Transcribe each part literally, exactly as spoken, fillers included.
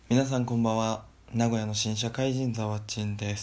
皆さんこんばんは。名古屋の新社会人ざわちんです。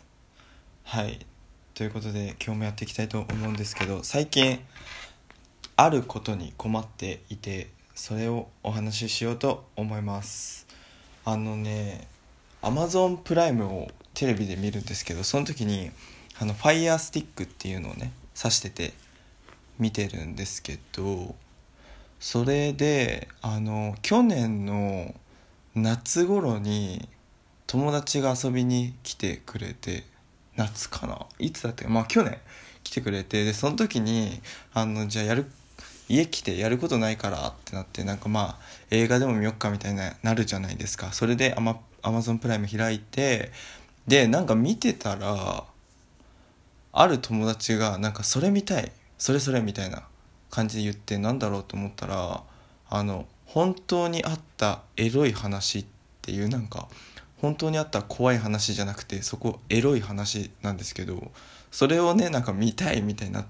はいということで今日もやっていきたいと思うんですけど、最近あることに困っていて、それをお話ししようと思います。あのね Amazon プライムをテレビで見るんですけど、その時にあの Fire Stick っていうのをね挿してて見てるんですけど、それであの去年の夏頃に友達が遊びに来てくれて、夏かないつだったか、まあ去年来てくれて、でその時にあのじゃあやる家来てやることないからってなって、なんかまあ映画でも見よっかみたいななるじゃないですか。それでアマアマゾンプライム開いて、でなんか見てたらある友達がなんかそれ見たいそれそれみたいな感じで言って、なんだろうと思ったら、あの本当にあったエロい話っていう、なんか本当にあった怖い話じゃなくて、そこエロい話なんですけど、それをねなんか見たいみたいになって、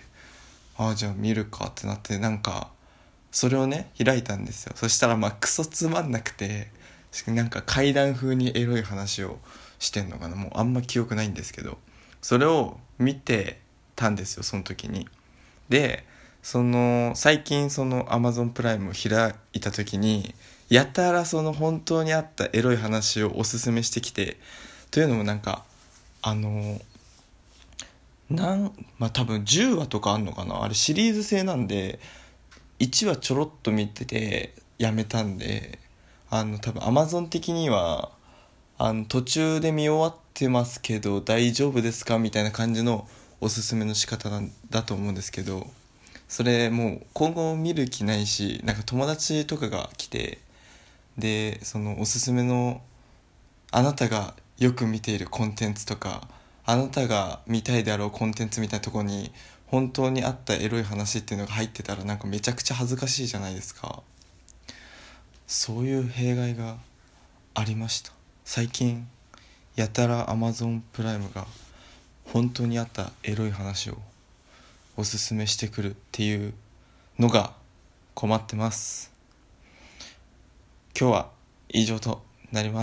ああじゃあ見るかってなって、なんかそれをね開いたんですよ。そしたらまあクソつまんなくて、なんか怪談風にエロい話をしてんのかな、もうあんま記憶ないんですけど、それを見てたんですよその時に。でその最近その Amazon プライムを開いた時に、やたらその本当にあったエロい話をおすすめしてきて、というのもなんかあのなんまあ多分じゅうわとかあんのかな、あれシリーズ制なんで、いちわちょろっと見ててやめたんで、あの多分 Amazon 的にはあの途中で見終わってますけど大丈夫ですかみたいな感じのおすすめの仕方なんだと思うんですけど、それもう今後見る気ないし、なんか友達とかが来て、でそのおすすめのあなたがよく見ているコンテンツとか、あなたが見たいであろうコンテンツみたいなところに本当にあったエロい話っていうのが入ってたら、なんかめちゃくちゃ恥ずかしいじゃないですか。そういう弊害がありました。最近やたら Amazon プライムが本当にあったエロい話をおすすめしてくるっていうのが困ってます。今日は以上となります。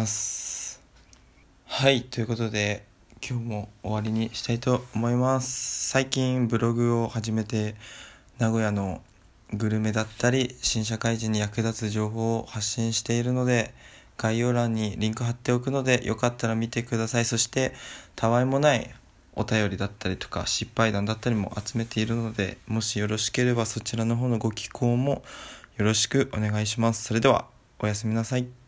はいということで今日も終わりにしたいと思います。最近ブログを始めて、名古屋のグルメだったり新社会人に役立つ情報を発信しているので、概要欄にリンク貼っておくのでよかったら見てください。そしてたわいもないお便りだったりとか失敗談だったりも集めているので、もしよろしければそちらの方のご寄稿もよろしくお願いします。それではおやすみなさい。